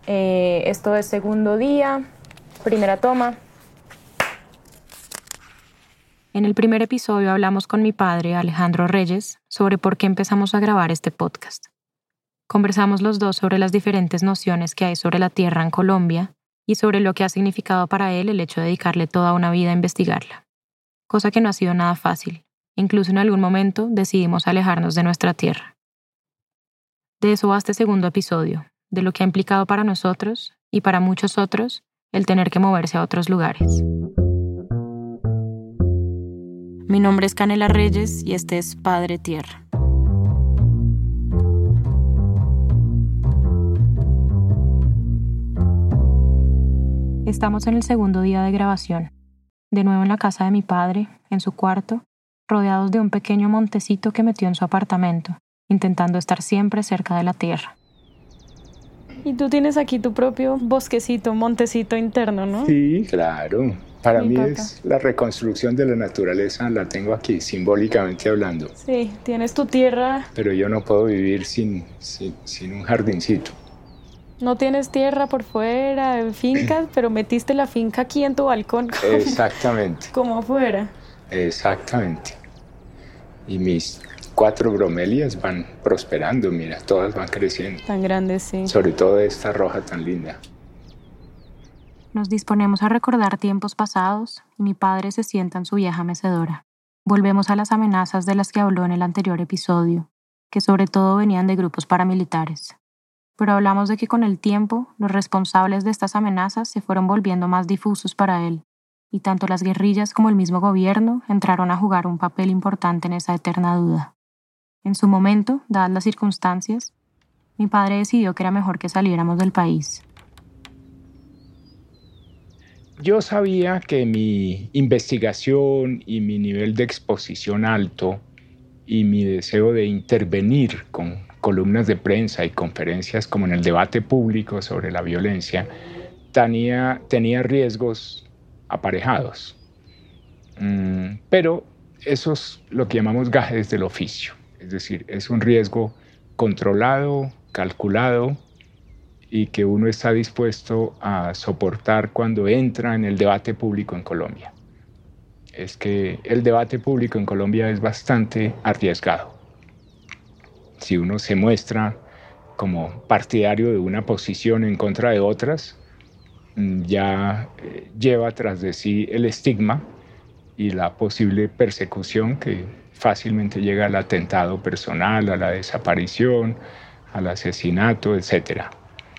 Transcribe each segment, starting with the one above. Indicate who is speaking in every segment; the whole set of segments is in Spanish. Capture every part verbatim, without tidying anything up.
Speaker 1: Eh, esto es segundo día, primera toma. En el primer episodio hablamos con mi padre, Alejandro Reyes, sobre por qué empezamos a grabar este podcast. Conversamos los dos sobre las diferentes nociones que hay sobre la tierra en Colombia y sobre lo que ha significado para él el hecho de dedicarle toda una vida a investigarla. Cosa que no ha sido nada fácil. Incluso en algún momento decidimos alejarnos de nuestra tierra. De eso va este segundo episodio, de lo que ha implicado para nosotros y para muchos otros el tener que moverse a otros lugares. Mi nombre es Canela Reyes y este es Padre Tierra. Estamos en el segundo día de grabación, de nuevo en la casa de mi padre, en su cuarto, rodeados de un pequeño montecito que metió en su apartamento, intentando estar siempre cerca de la tierra. Y tú tienes aquí tu propio bosquecito, montecito interno, ¿no?
Speaker 2: Sí, claro. Para
Speaker 1: Mi
Speaker 2: mí
Speaker 1: papá.
Speaker 2: es la reconstrucción de la naturaleza, la tengo aquí, simbólicamente hablando.
Speaker 1: Sí, tienes tu tierra.
Speaker 2: Pero yo no puedo vivir sin, sin, sin un jardincito.
Speaker 1: No tienes tierra por fuera, fincas, pero metiste la finca aquí en tu balcón. Como,
Speaker 2: Exactamente,
Speaker 1: como afuera.
Speaker 2: exactamente. Y mis cuatro bromelias van prosperando, mira, todas van creciendo.
Speaker 1: Tan grandes, sí.
Speaker 2: Sobre todo esta roja tan linda.
Speaker 1: Nos disponemos a recordar tiempos pasados y mi padre se sienta en su vieja mecedora. Volvemos a las amenazas de las que habló en el anterior episodio, que sobre todo venían de grupos paramilitares. Pero hablamos de que con el tiempo los responsables de estas amenazas se fueron volviendo más difusos para él, y tanto las guerrillas como el mismo gobierno entraron a jugar un papel importante en esa eterna duda. En su momento, dadas las circunstancias, mi padre decidió que era mejor que saliéramos del país.
Speaker 2: Yo sabía que mi investigación y mi nivel de exposición alto y mi deseo de intervenir con columnas de prensa y conferencias como en el debate público sobre la violencia tenía, tenía riesgos aparejados. Mm, pero eso es lo que llamamos gajes del oficio. Es decir, es un riesgo controlado, calculado, y que uno está dispuesto a soportar cuando entra en el debate público en Colombia. Es que el debate público en Colombia es bastante arriesgado. Si uno se muestra como partidario de una posición en contra de otras, ya lleva tras de sí el estigma y la posible persecución que fácilmente llega al atentado personal, a la desaparición, al asesinato, etcétera.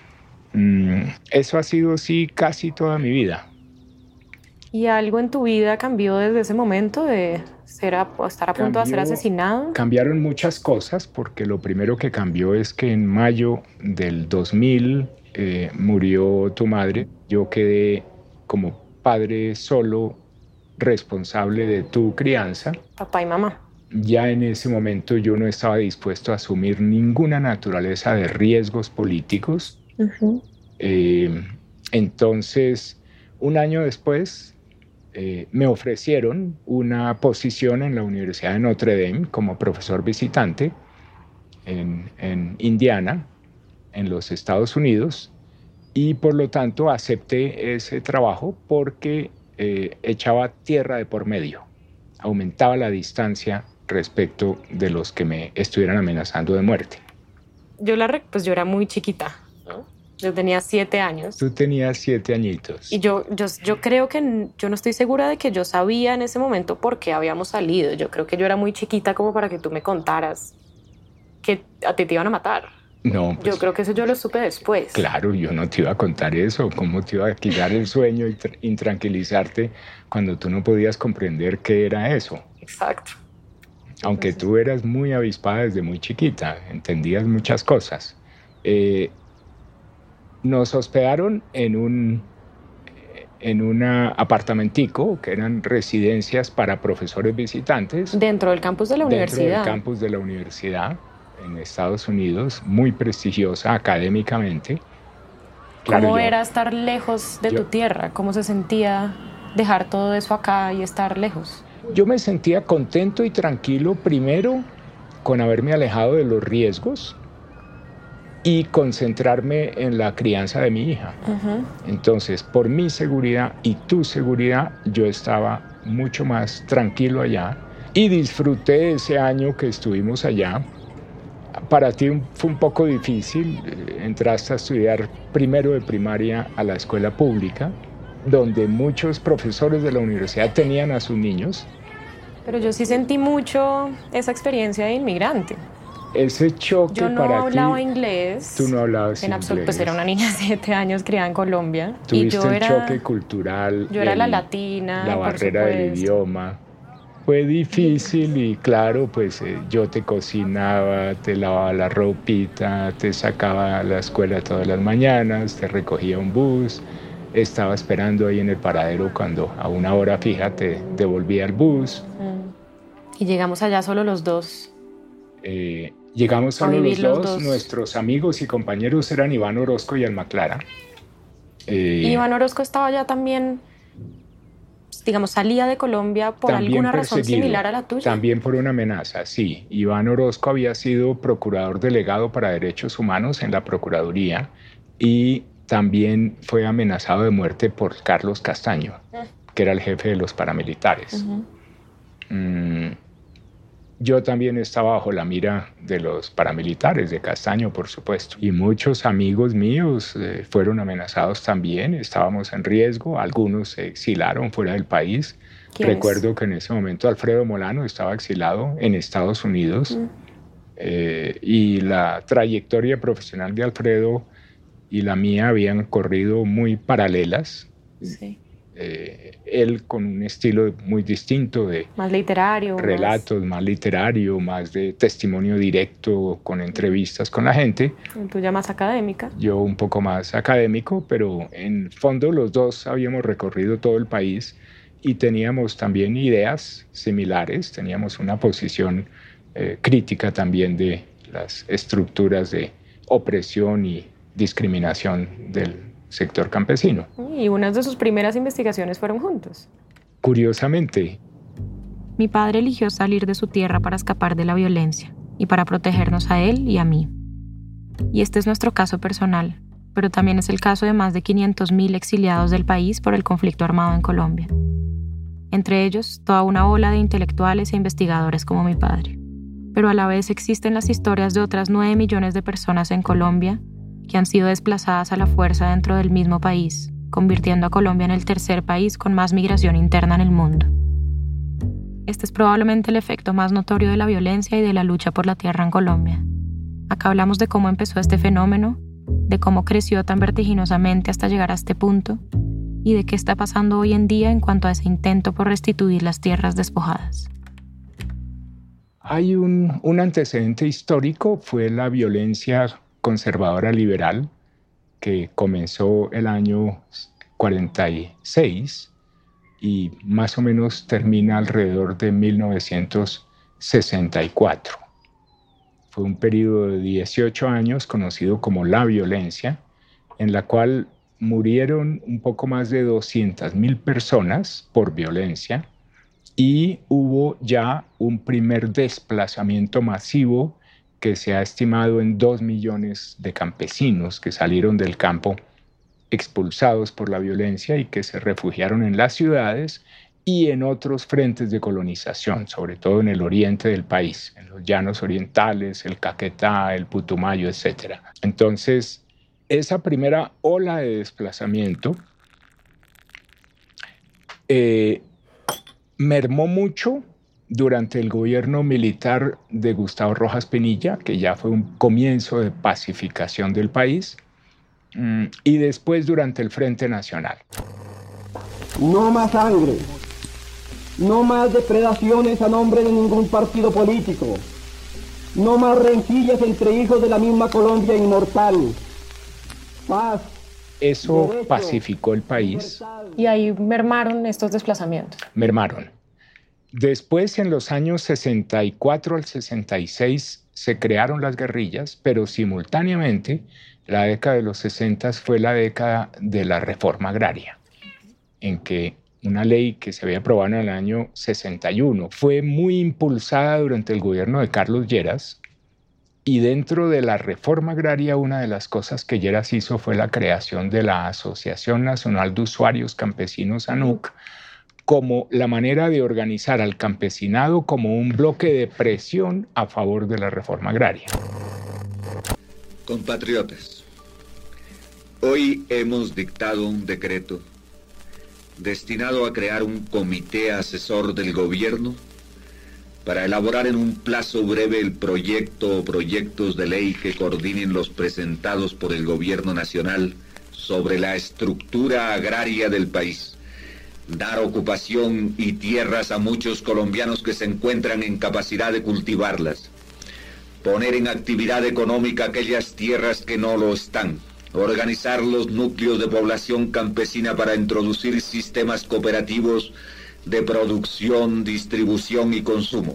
Speaker 2: Eso ha sido así casi toda mi vida.
Speaker 1: ¿Y algo en tu vida cambió desde ese momento de ser a, estar a punto
Speaker 2: Cambió,
Speaker 1: de ser asesinado?
Speaker 2: Cambiaron muchas cosas, porque lo primero que cambió es que en mayo del dos mil eh, murió tu madre. Yo quedé como padre solo, responsable de tu crianza.
Speaker 1: Papá y mamá.
Speaker 2: Ya en ese momento yo no estaba dispuesto a asumir ninguna naturaleza de riesgos políticos. Uh-huh. Eh, entonces, un año después, eh, me ofrecieron una posición en la Universidad de Notre Dame como profesor visitante en, en Indiana, en los Estados Unidos, y por lo tanto acepté ese trabajo porque eh, echaba tierra de por medio, aumentaba la distancia respecto de los que me estuvieran amenazando de muerte.
Speaker 1: Yo, la, pues yo era muy chiquita, ¿no? Yo tenía siete años.
Speaker 2: Tú tenías siete añitos.
Speaker 1: Y yo, yo, yo creo que yo no estoy segura de que yo sabía en ese momento por qué habíamos salido. Yo creo que yo era muy chiquita como para que tú me contaras que a ti te iban a matar.
Speaker 2: No, pues,
Speaker 1: yo creo que eso yo lo supe después.
Speaker 2: Claro, yo no te iba a contar eso. ¿Cómo te iba a quitar el sueño y tra- intranquilizarte cuando tú no podías comprender qué era eso?
Speaker 1: Exacto.
Speaker 2: Aunque
Speaker 1: Entonces,
Speaker 2: tú eras muy avispada desde muy chiquita, entendías muchas cosas. Eh, nos hospedaron en un en un apartamentico que eran residencias para profesores visitantes.
Speaker 1: Dentro del campus de la
Speaker 2: dentro
Speaker 1: universidad.
Speaker 2: Dentro del campus de la universidad en Estados Unidos, muy prestigiosa académicamente.
Speaker 1: Claro, ¿Cómo yo, era estar lejos de yo, tu tierra? ¿Cómo se sentía dejar todo eso acá y estar lejos?
Speaker 2: Yo me sentía contento y tranquilo, primero, con haberme alejado de los riesgos y concentrarme en la crianza de mi hija. Uh-huh. Entonces, por mi seguridad y tu seguridad, yo estaba mucho más tranquilo allá y disfruté ese año que estuvimos allá. Para ti fue un poco difícil, entraste a estudiar primero de primaria a la escuela pública, donde muchos profesores de la universidad tenían a sus niños.
Speaker 1: Pero yo sí sentí mucho esa experiencia de inmigrante.
Speaker 2: Ese choque
Speaker 1: yo no
Speaker 2: para ti...
Speaker 1: Yo no hablaba inglés.
Speaker 2: Tú no hablabas
Speaker 1: en
Speaker 2: inglés.
Speaker 1: Absoluto, pues era una niña de siete años criada en Colombia.
Speaker 2: Tuviste
Speaker 1: y yo
Speaker 2: el
Speaker 1: era,
Speaker 2: choque cultural.
Speaker 1: Yo era
Speaker 2: el,
Speaker 1: la latina,
Speaker 2: la barrera
Speaker 1: por
Speaker 2: del idioma. Fue difícil y claro, pues eh, yo te cocinaba, te lavaba la ropita, te sacaba a la escuela todas las mañanas, te recogía un bus, estaba esperando ahí en el paradero cuando a una hora fija te devolvía el bus.
Speaker 1: Mm. Y llegamos allá solo los dos.
Speaker 2: Eh, llegamos solo los dos. los dos, nuestros amigos y compañeros eran Iván Orozco y Alma Clara.
Speaker 1: Eh, ¿Y Iván Orozco estaba allá también? Digamos, salía de Colombia por alguna razón similar a la tuya.
Speaker 2: También por una amenaza, sí. Iván Orozco había sido procurador delegado para derechos humanos en la Procuraduría y también fue amenazado de muerte por Carlos Castaño, uh-huh. que era el jefe de los paramilitares. Uh-huh. Mm, yo también estaba bajo la mira de los paramilitares, de Castaño, por supuesto. Y muchos amigos míos eh, fueron amenazados también, estábamos en riesgo, algunos se exilaron fuera del país. Recuerdo es? que en ese momento Alfredo Molano estaba exilado en Estados Unidos. Mm. Eh, y la trayectoria profesional de Alfredo y la mía habían corrido muy paralelas.
Speaker 1: Sí.
Speaker 2: Eh, él con un estilo muy distinto de
Speaker 1: más literario,
Speaker 2: relatos, más... más literario, más de testimonio directo con entrevistas con la gente.
Speaker 1: Tú ya más académica.
Speaker 2: Yo un poco más académico, pero en fondo los dos habíamos recorrido todo el país y teníamos también ideas similares, teníamos una posición eh, crítica también de las estructuras de opresión y discriminación del sector campesino.
Speaker 1: Y unas de sus primeras investigaciones fueron juntos.
Speaker 2: Curiosamente.
Speaker 1: Mi padre eligió salir de su tierra para escapar de la violencia y para protegernos a él y a mí. Y este es nuestro caso personal, pero también es el caso de más de quinientos mil exiliados del país por el conflicto armado en Colombia. Entre ellos, toda una ola de intelectuales e investigadores como mi padre. Pero a la vez existen las historias de otras nueve millones de personas en Colombia que han sido desplazadas a la fuerza dentro del mismo país, convirtiendo a Colombia en el tercer país con más migración interna en el mundo. Este es probablemente el efecto más notorio de la violencia y de la lucha por la tierra en Colombia. Acá hablamos de cómo empezó este fenómeno, de cómo creció tan vertiginosamente hasta llegar a este punto, y de qué está pasando hoy en día en cuanto a ese intento por restituir las tierras despojadas.
Speaker 2: Hay un, un antecedente histórico, fue la violencia conservadora liberal que comenzó el año cuarenta y seis y más o menos termina alrededor de mil novecientos sesenta y cuatro. Fue un periodo de dieciocho años conocido como la violencia, en la cual murieron un poco más de doscientas mil personas por violencia y hubo ya un primer desplazamiento masivo que se ha estimado en dos millones de campesinos que salieron del campo expulsados por la violencia y que se refugiaron en las ciudades y en otros frentes de colonización, sobre todo en el oriente del país, en los llanos orientales, el Caquetá, el Putumayo, etcétera. Entonces, esa primera ola de desplazamiento eh, mermó mucho durante el gobierno militar de Gustavo Rojas Pinilla, que ya fue un comienzo de pacificación del país, y después durante el Frente Nacional.
Speaker 3: No más sangre, no más depredaciones a nombre de ningún partido político, no más rencillas entre hijos de la misma Colombia inmortal. Paz.
Speaker 2: Eso derecho, pacificó el país.
Speaker 1: Y ahí mermaron estos desplazamientos.
Speaker 2: Mermaron. Después, en los años sesenta y cuatro al sesenta y seis, se crearon las guerrillas, pero simultáneamente la década de los sesenta fue la década de la reforma agraria, en que una ley que se había aprobado en el año sesenta y uno fue muy impulsada durante el gobierno de Carlos Lleras Y dentro de la reforma agraria, una de las cosas que Lleras hizo fue la creación de la Asociación Nacional de Usuarios Campesinos, A N U C, como la manera de organizar al campesinado como un bloque de presión a favor de la reforma agraria.
Speaker 4: Compatriotas, hoy hemos dictado un decreto destinado a crear un comité asesor del gobierno para elaborar en un plazo breve el proyecto o proyectos de ley que coordinen los presentados por el gobierno nacional sobre la estructura agraria del país, dar ocupación y tierras a muchos colombianos que se encuentran en capacidad de cultivarlas, poner en actividad económica aquellas tierras que no lo están, organizar los núcleos de población campesina para introducir sistemas cooperativos de producción, distribución y consumo.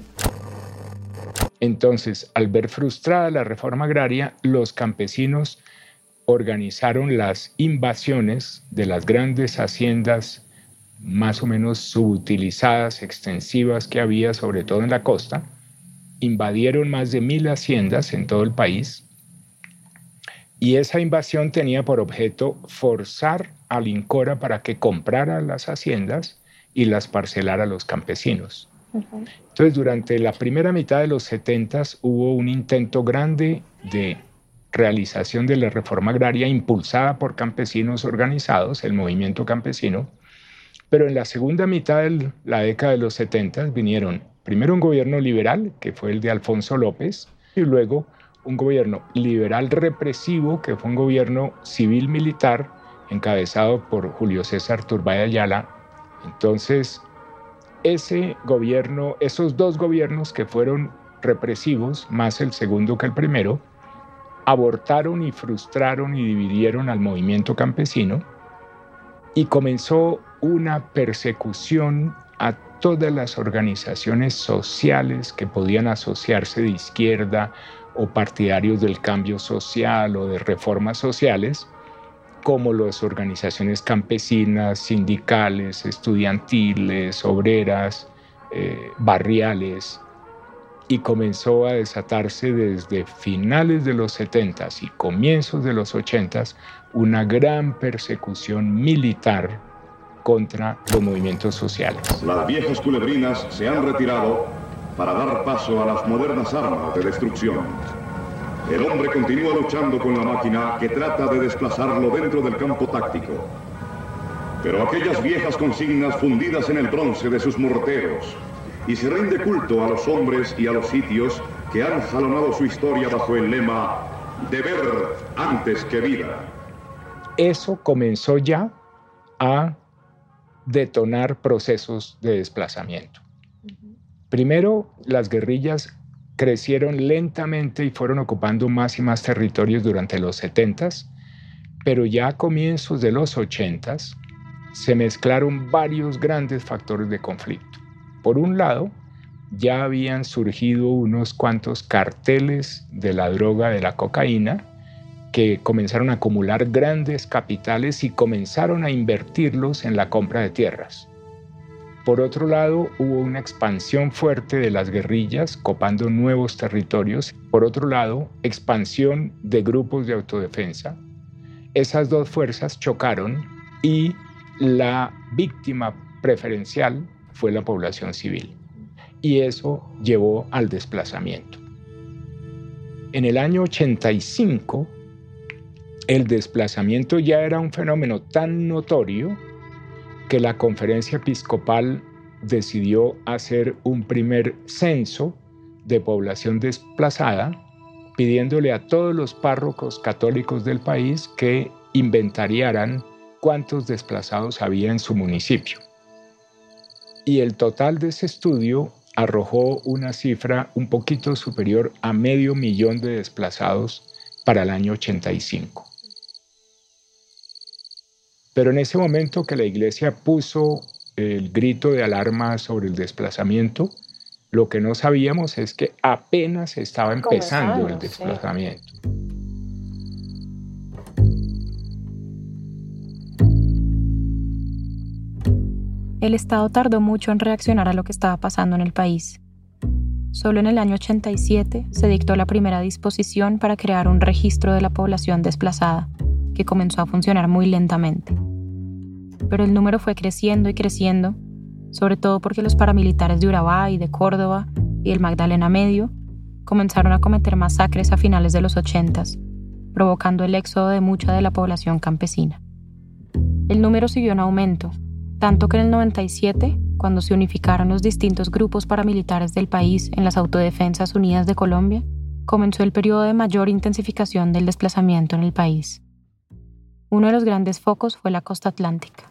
Speaker 2: Entonces, al ver frustrada la reforma agraria, los campesinos organizaron las invasiones de las grandes haciendas más o menos subutilizadas, extensivas que había, sobre todo en la costa. Invadieron más de mil haciendas en todo el país y esa invasión tenía por objeto forzar al INCORA para que comprara las haciendas y las parcelara a los campesinos. Uh-huh. Entonces, durante la primera mitad de los setentas hubo un intento grande de realización de la reforma agraria impulsada por campesinos organizados, el movimiento campesino, pero en la segunda mitad de la década de los setentas vinieron primero un gobierno liberal, que fue el de Alfonso López, y luego un gobierno liberal represivo, que fue un gobierno civil-militar encabezado por Julio César Turbay Ayala. Entonces, ese gobierno, esos dos gobiernos que fueron represivos, más el segundo que el primero, abortaron y frustraron y dividieron al movimiento campesino y comenzó una persecución a todas las organizaciones sociales que podían asociarse de izquierda o partidarios del cambio social o de reformas sociales, como las organizaciones campesinas, sindicales, estudiantiles, obreras, eh, barriales, y comenzó a desatarse desde finales de los setentas y comienzos de los ochentas una gran persecución militar contra los movimientos sociales.
Speaker 5: Las viejas culebrinas se han retirado para dar paso a las modernas armas de destrucción. El hombre continúa luchando con la máquina que trata de desplazarlo dentro del campo táctico. Pero aquellas viejas consignas fundidas en el bronce de sus morteros, y se rinde culto a los hombres y a los sitios que han jalonado su historia bajo el lema deber antes que vida.
Speaker 2: Eso comenzó ya a detonar procesos de desplazamiento. Uh-huh. Primero, las guerrillas crecieron lentamente y fueron ocupando más y más territorios durante los setentas, pero ya a comienzos de los ochentas se mezclaron varios grandes factores de conflicto. Por un lado, ya habían surgido unos cuantos carteles de la droga, de la cocaína, que comenzaron a acumular grandes capitales y comenzaron a invertirlos en la compra de tierras. Por otro lado, hubo una expansión fuerte de las guerrillas, copando nuevos territorios. Por otro lado, expansión de grupos de autodefensa. Esas dos fuerzas chocaron y la víctima preferencial fue la población civil. Y eso llevó al desplazamiento. En el año ochenta y cinco, el desplazamiento ya era un fenómeno tan notorio que la Conferencia Episcopal decidió hacer un primer censo de población desplazada, pidiéndole a todos los párrocos católicos del país que inventariaran cuántos desplazados había en su municipio. Y el total de ese estudio arrojó una cifra un poquito superior a medio millón de desplazados para el año ochenta y cinco. Pero en ese momento que la Iglesia puso el grito de alarma sobre el desplazamiento, lo que no sabíamos es que apenas estaba empezando el desplazamiento. Sí.
Speaker 1: El Estado tardó mucho en reaccionar a lo que estaba pasando en el país. Solo en el año ochenta y siete se dictó la primera disposición para crear un registro de la población desplazada, que comenzó a funcionar muy lentamente. Pero el número fue creciendo y creciendo, sobre todo porque los paramilitares de Urabá y de Córdoba y el Magdalena Medio comenzaron a cometer masacres a finales de los ochentas, provocando el éxodo de mucha de la población campesina. El número siguió en aumento, tanto que en el noventa y siete, cuando se unificaron los distintos grupos paramilitares del país en las Autodefensas Unidas de Colombia, comenzó el periodo de mayor intensificación del desplazamiento en el país. Uno de los grandes focos fue la costa atlántica.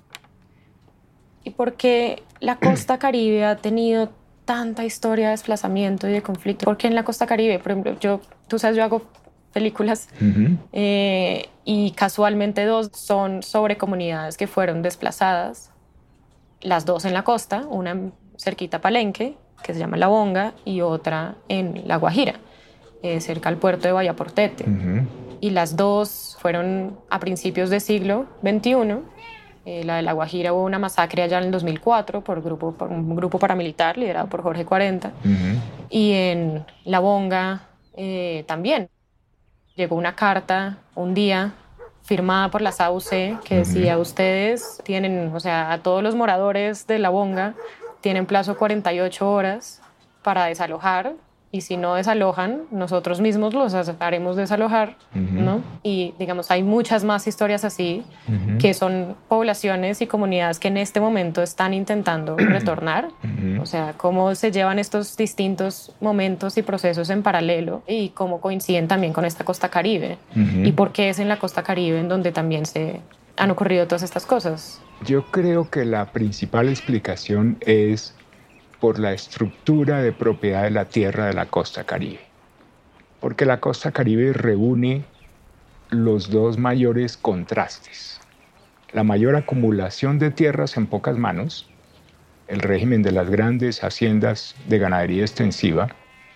Speaker 1: ¿Y por qué la costa Caribe ha tenido tanta historia de desplazamiento y de conflicto? Porque en la costa Caribe, por ejemplo, yo, tú sabes, yo hago películas uh-huh. eh, y casualmente dos son sobre comunidades que fueron desplazadas, las dos en la costa, una cerquita a Palenque, que se llama La Bonga, y otra en La Guajira, eh, cerca al puerto de Bahía Portete. Uh-huh. Y las dos fueron a principios del siglo veintiuno. Eh, la de La Guajira hubo una masacre allá en el dos mil cuatro por, grupo, por un grupo paramilitar liderado por Jorge cuarenta. Uh-huh. Y en La Bonga eh, también. Llegó una carta un día firmada por las A U C que decía, uh-huh. ustedes tienen, o sea, a todos los moradores de La Bonga tienen plazo cuarenta y ocho horas para desalojar, y si no desalojan, nosotros mismos los haremos desalojar, uh-huh. ¿no? Y, digamos, hay muchas más historias así, uh-huh. que son poblaciones y comunidades que en este momento están intentando retornar. Uh-huh. O sea, cómo se llevan estos distintos momentos y procesos en paralelo y cómo coinciden también con esta costa Caribe. Uh-huh. Y por qué es en la costa Caribe en donde también se han ocurrido todas estas cosas.
Speaker 2: Yo creo que la principal explicación es por la estructura de propiedad de la tierra de la costa Caribe. Porque la costa Caribe reúne los dos mayores contrastes. La mayor acumulación de tierras en pocas manos, el régimen de las grandes haciendas de ganadería extensiva,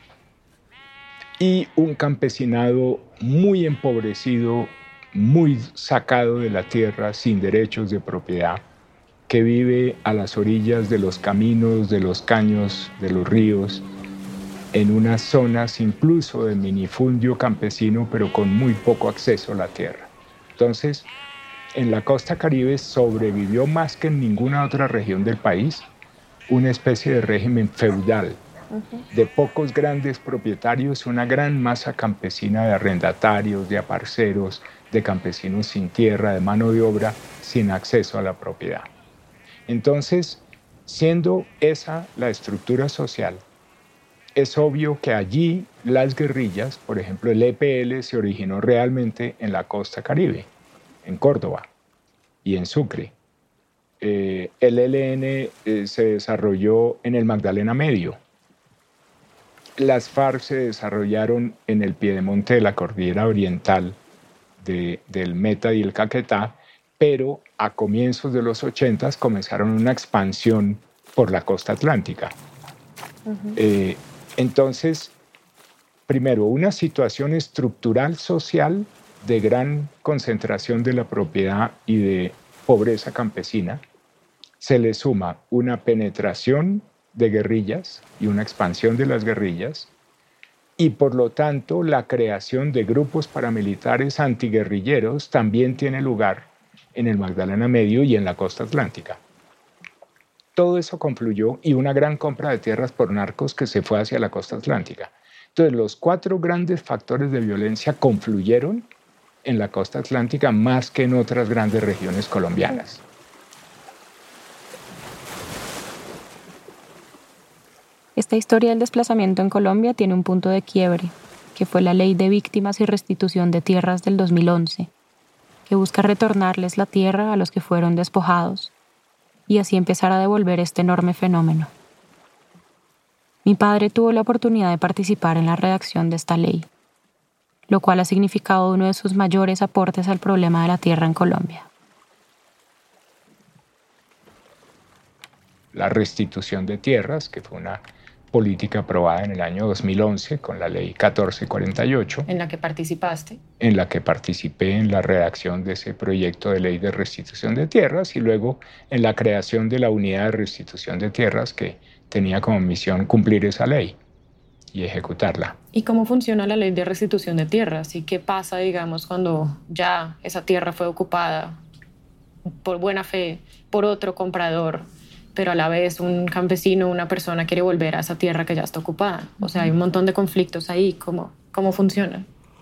Speaker 2: y un campesinado muy empobrecido, muy sacado de la tierra, sin derechos de propiedad, que vive a las orillas de los caminos, de los caños, de los ríos, en unas zonas incluso de minifundio campesino, pero con muy poco acceso a la tierra. Entonces, en la costa Caribe sobrevivió más que en ninguna otra región del país una especie de régimen feudal, uh-huh. de pocos grandes propietarios, una gran masa campesina de arrendatarios, de aparceros, de campesinos sin tierra, de mano de obra, sin acceso a la propiedad. Entonces, siendo esa la estructura social, es obvio que allí las guerrillas, por ejemplo, el E P L se originó realmente en la costa Caribe, en Córdoba y en Sucre. Eh, el E L N eh, se desarrolló en el Magdalena Medio. Las FARC se desarrollaron en el piedemonte de la cordillera oriental de, del Meta y el Caquetá, pero a comienzos de los ochentas comenzaron una expansión por la costa atlántica. Uh-huh. Eh, entonces, primero, una situación estructural social de gran concentración de la propiedad y de pobreza campesina. Se le suma una penetración de guerrillas y una expansión de las guerrillas, y por lo tanto la creación de grupos paramilitares antiguerrilleros también tiene lugar en el Magdalena Medio y en la costa atlántica. Todo eso confluyó y una gran compra de tierras por narcos que se fue hacia la costa atlántica. Entonces, los cuatro grandes factores de violencia confluyeron en la costa atlántica más que en otras grandes regiones colombianas.
Speaker 1: Esta historia del desplazamiento en Colombia tiene un punto de quiebre, que fue la Ley de Víctimas y Restitución de Tierras del dos mil once, que busca retornarles la tierra a los que fueron despojados y así empezar a devolver este enorme fenómeno. Mi padre tuvo la oportunidad de participar en la redacción de esta ley, lo cual ha significado uno de sus mayores aportes al problema de la tierra en Colombia.
Speaker 2: La restitución de tierras, que fue una política aprobada en el año dos mil once con la ley catorce cuarenta y ocho.
Speaker 1: ¿En la que participaste?
Speaker 2: En la que participé en la redacción de ese proyecto de ley de restitución de tierras y luego en la creación de la unidad de restitución de tierras que tenía como misión cumplir esa ley. y ejecutarla.
Speaker 6: ¿Y cómo funciona la ley de restitución de tierras? ¿Y qué pasa, digamos, cuando ya esa tierra fue ocupada por buena fe por otro comprador, pero a la vez un campesino, una persona quiere volver a esa tierra que ya está ocupada? O sea, hay un montón de conflictos ahí. ¿Cómo, cómo funciona?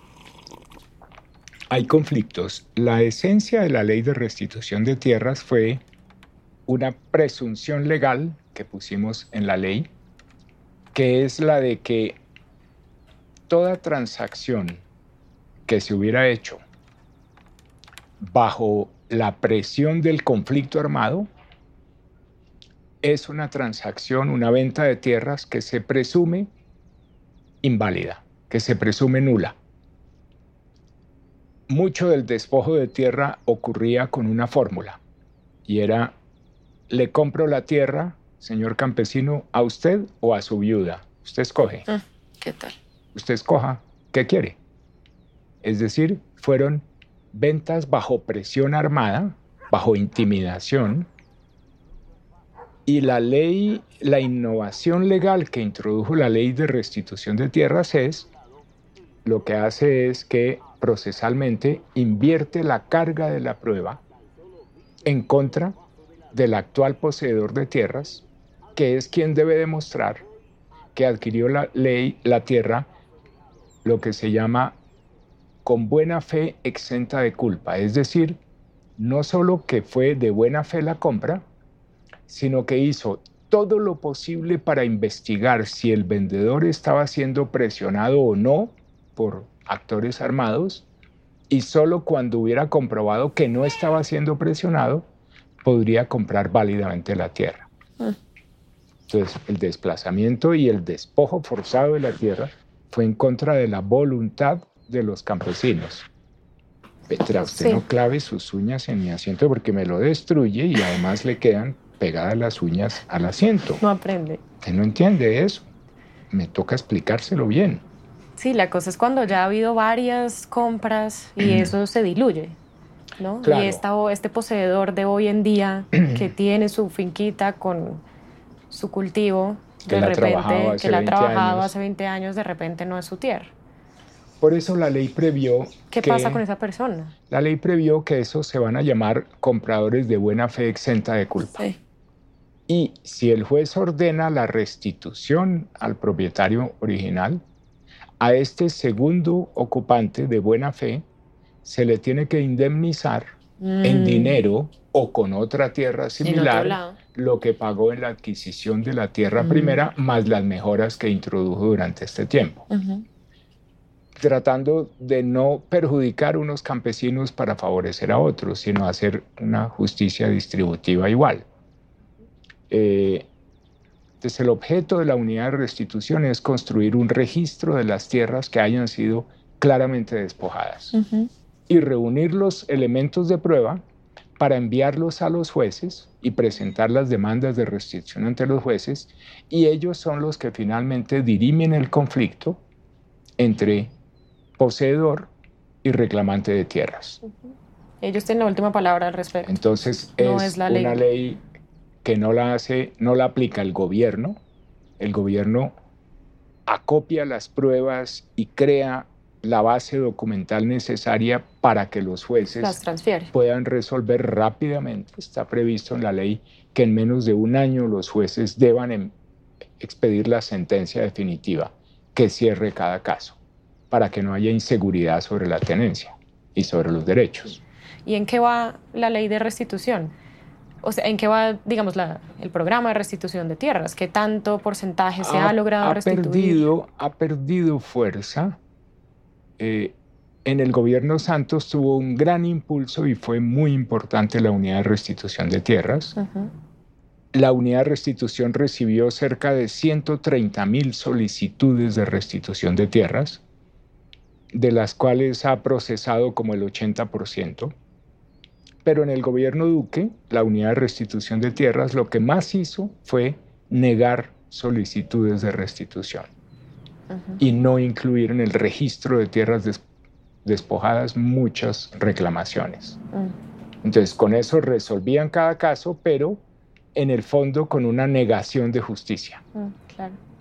Speaker 2: Hay conflictos. La esencia de la ley de restitución de tierras fue una presunción legal que pusimos en la ley, que es la de que toda transacción que se hubiera hecho bajo la presión del conflicto armado es una transacción, una venta de tierras que se presume inválida, que se presume nula. Mucho del despojo de tierra ocurría con una fórmula, y era: le compro la tierra, señor campesino, a usted o a su viuda. Usted escoge.
Speaker 6: Ah, ¿qué tal?
Speaker 2: Usted escoja qué quiere. Es decir, fueron ventas bajo presión armada, bajo intimidación, y la ley, la innovación legal que introdujo la ley de restitución de tierras es, lo que hace es que procesalmente invierte la carga de la prueba en contra del actual poseedor de tierras, que es quien debe demostrar que adquirió la ley, la tierra, lo que se llama con buena fe exenta de culpa. Es decir, no solo que fue de buena fe la compra, sino que hizo todo lo posible para investigar si el vendedor estaba siendo presionado o no por actores armados, y solo cuando hubiera comprobado que no estaba siendo presionado, podría comprar válidamente la tierra. Ah. Entonces, el desplazamiento y el despojo forzado de la tierra fue en contra de la voluntad de los campesinos. Petra, usted sí. No clave sus uñas en mi asiento porque me lo destruye, y además le quedan pegadas las uñas al asiento.
Speaker 6: No aprende.
Speaker 2: Usted no entiende eso. Me toca explicárselo bien.
Speaker 6: Sí, la cosa es cuando ya ha habido varias compras y eso se diluye, ¿no?
Speaker 2: Claro.
Speaker 6: Y esta, este poseedor de hoy en día que tiene su finquita con su cultivo,
Speaker 2: que
Speaker 6: de
Speaker 2: la
Speaker 6: repente, que la ha trabajado
Speaker 2: años.
Speaker 6: hace veinte años, de repente no es su tierra.
Speaker 2: Por eso la ley previó...
Speaker 6: ¿Qué
Speaker 2: que,
Speaker 6: pasa con esa persona?
Speaker 2: La ley previó que esos se van a llamar compradores de buena fe exenta de culpa.
Speaker 6: Sí.
Speaker 2: Y si el juez ordena la restitución al propietario original, a este segundo ocupante de buena fe se le tiene que indemnizar mm. en dinero o con otra tierra similar lo que pagó en la adquisición de la tierra mm. primera, más las mejoras que introdujo durante este tiempo. Uh-huh. Tratando de no perjudicar a unos campesinos para favorecer a otros, sino hacer una justicia distributiva igual. Eh, Entonces, el objeto de la unidad de restitución es construir un registro de las tierras que hayan sido claramente despojadas uh-huh. y reunir los elementos de prueba para enviarlos a los jueces y presentar las demandas de restitución ante los jueces, y ellos son los que finalmente dirimen el conflicto entre poseedor y reclamante de tierras.
Speaker 6: Uh-huh. Ellos tienen la última palabra al respecto.
Speaker 2: Entonces, no es, es la una ley. ley que no la hace, no la aplica el gobierno. El gobierno acopia las pruebas y crea la base documental necesaria para que los jueces
Speaker 6: las transfiere.
Speaker 2: Puedan resolver rápidamente. Está previsto en la ley que en menos de un año los jueces deban em- expedir la sentencia definitiva que cierre cada caso, para que no haya inseguridad sobre la tenencia y sobre los derechos.
Speaker 6: ¿Y en qué va la ley de restitución? O sea, ¿en qué va, digamos, la, el programa de restitución de tierras? ¿Qué tanto porcentaje se ha, ha logrado
Speaker 2: ha
Speaker 6: restituir?
Speaker 2: Perdido, ha perdido fuerza. Eh, en el gobierno Santos tuvo un gran impulso y fue muy importante la unidad de restitución de tierras. Uh-huh. La unidad de restitución recibió cerca de ciento treinta mil solicitudes de restitución de tierras, de las cuales ha procesado como el ochenta por ciento. Pero en el gobierno Duque, la unidad de restitución de tierras lo que más hizo fue negar solicitudes de restitución uh-huh. y no incluir en el registro de tierras des- despojadas muchas reclamaciones. Uh-huh. Entonces, con eso resolvían cada caso, pero en el fondo con una negación de justicia.
Speaker 6: Uh, claro.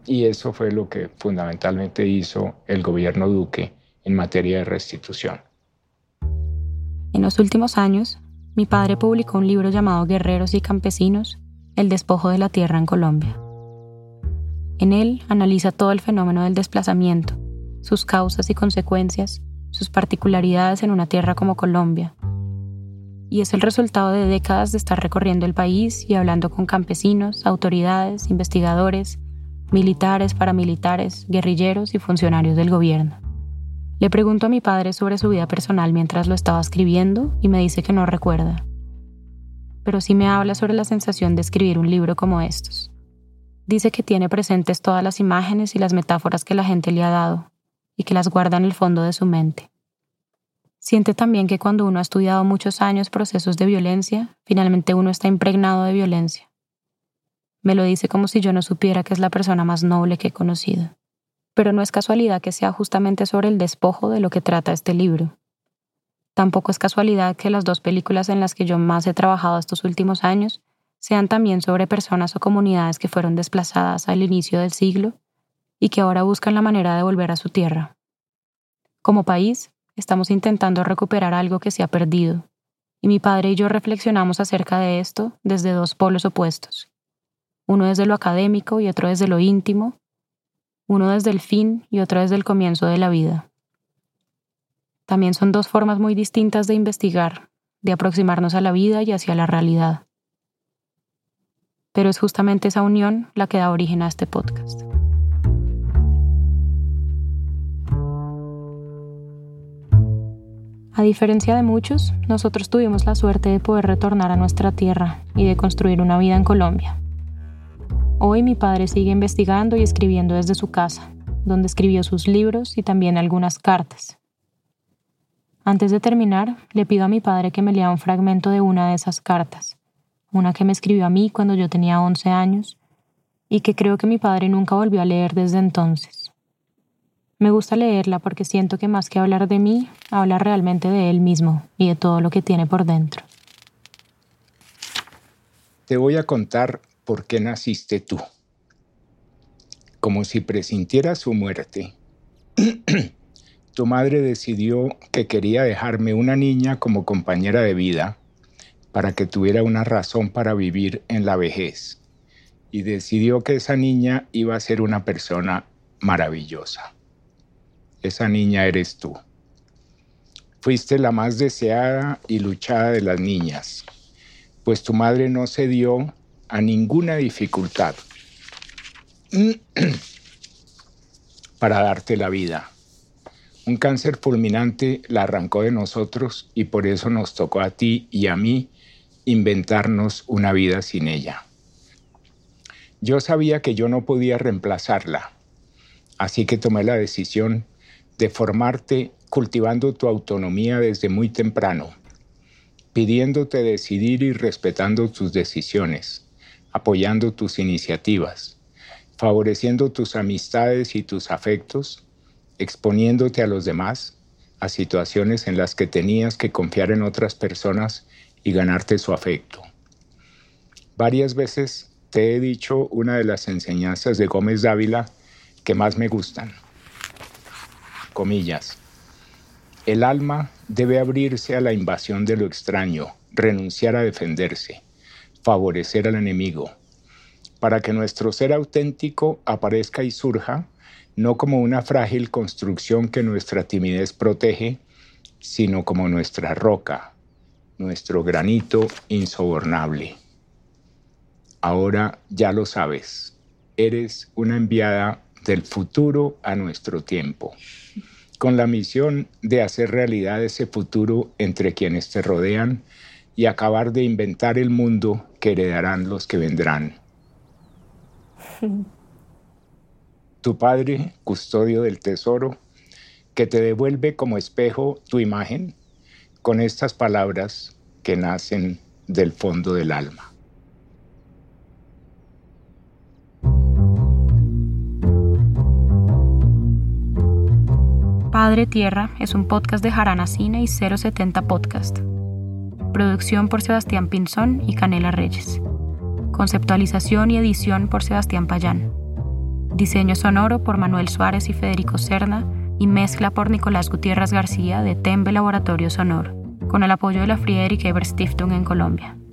Speaker 2: Y eso fue lo que fundamentalmente hizo el gobierno Duque en materia de restitución.
Speaker 1: En los últimos años, mi padre publicó un libro llamado Guerreros y Campesinos, el despojo de la tierra en Colombia. En él analiza todo el fenómeno del desplazamiento, sus causas y consecuencias, sus particularidades en una tierra como Colombia. Y es el resultado de décadas de estar recorriendo el país y hablando con campesinos, autoridades, investigadores, militares, paramilitares, guerrilleros y funcionarios del gobierno. Le pregunto a mi padre sobre su vida personal mientras lo estaba escribiendo y me dice que no recuerda. Pero sí me habla sobre la sensación de escribir un libro como estos. Dice que tiene presentes todas las imágenes y las metáforas que la gente le ha dado y que las guarda en el fondo de su mente. Siente también que cuando uno ha estudiado muchos años procesos de violencia, finalmente uno está impregnado de violencia. Me lo dice como si yo no supiera que es la persona más noble que he conocido. Pero no es casualidad que sea justamente sobre el despojo de lo que trata este libro. Tampoco es casualidad que las dos películas en las que yo más he trabajado estos últimos años sean también sobre personas o comunidades que fueron desplazadas al inicio del siglo y que ahora buscan la manera de volver a su tierra. Como país, estamos intentando recuperar algo que se ha perdido, y mi padre y yo reflexionamos acerca de esto desde dos polos opuestos. Uno desde lo académico y otro desde lo íntimo, uno desde el fin y otro desde el comienzo de la vida. También son dos formas muy distintas de investigar, de aproximarnos a la vida y hacia la realidad. Pero es justamente esa unión la que da origen a este podcast. A diferencia de muchos, nosotros tuvimos la suerte de poder retornar a nuestra tierra y de construir una vida en Colombia. Hoy mi padre sigue investigando y escribiendo desde su casa, donde escribió sus libros y también algunas cartas. Antes de terminar, le pido a mi padre que me lea un fragmento de una de esas cartas, una que me escribió a mí cuando yo tenía once años y que creo que mi padre nunca volvió a leer desde entonces. Me gusta leerla porque siento que más que hablar de mí, habla realmente de él mismo y de todo lo que tiene por dentro.
Speaker 2: Te voy a contar por qué naciste tú. Como si presintiera su muerte, tu madre decidió que quería dejarme una niña como compañera de vida para que tuviera una razón para vivir en la vejez, y decidió que esa niña iba a ser una persona maravillosa. Esa niña eres tú. Fuiste la más deseada y luchada de las niñas, pues tu madre no cedió a ninguna dificultad para darte la vida. Un cáncer fulminante la arrancó de nosotros y por eso nos tocó a ti y a mí inventarnos una vida sin ella. Yo sabía que yo no podía reemplazarla, así que tomé la decisión de formarte cultivando tu autonomía desde muy temprano, pidiéndote decidir y respetando tus decisiones, apoyando tus iniciativas, favoreciendo tus amistades y tus afectos, exponiéndote a los demás a situaciones en las que tenías que confiar en otras personas y ganarte su afecto. Varias veces te he dicho una de las enseñanzas de Gómez Dávila que más me gustan. Comillas. El alma debe abrirse a la invasión de lo extraño, renunciar a defenderse, favorecer al enemigo, para que nuestro ser auténtico aparezca y surja, no como una frágil construcción que nuestra timidez protege, sino como nuestra roca, nuestro granito insobornable. Ahora ya lo sabes, eres una enviada del futuro a nuestro tiempo, con la misión de hacer realidad ese futuro entre quienes te rodean y acabar de inventar el mundo que heredarán los que vendrán. Tu padre, custodio del tesoro, que te devuelve como espejo tu imagen con estas palabras que nacen del fondo del alma.
Speaker 1: Padre Tierra es un podcast de Jarana Cine y cero setenta Podcast. Producción por Sebastián Pinzón y Canela Reyes. Conceptualización y edición por Sebastián Payán. Diseño sonoro por Manuel Suárez y Federico Cerna y mezcla por Nicolás Gutiérrez García de Tembe Laboratorio Sonoro, con el apoyo de la Friedrich Ebert Stiftung en Colombia.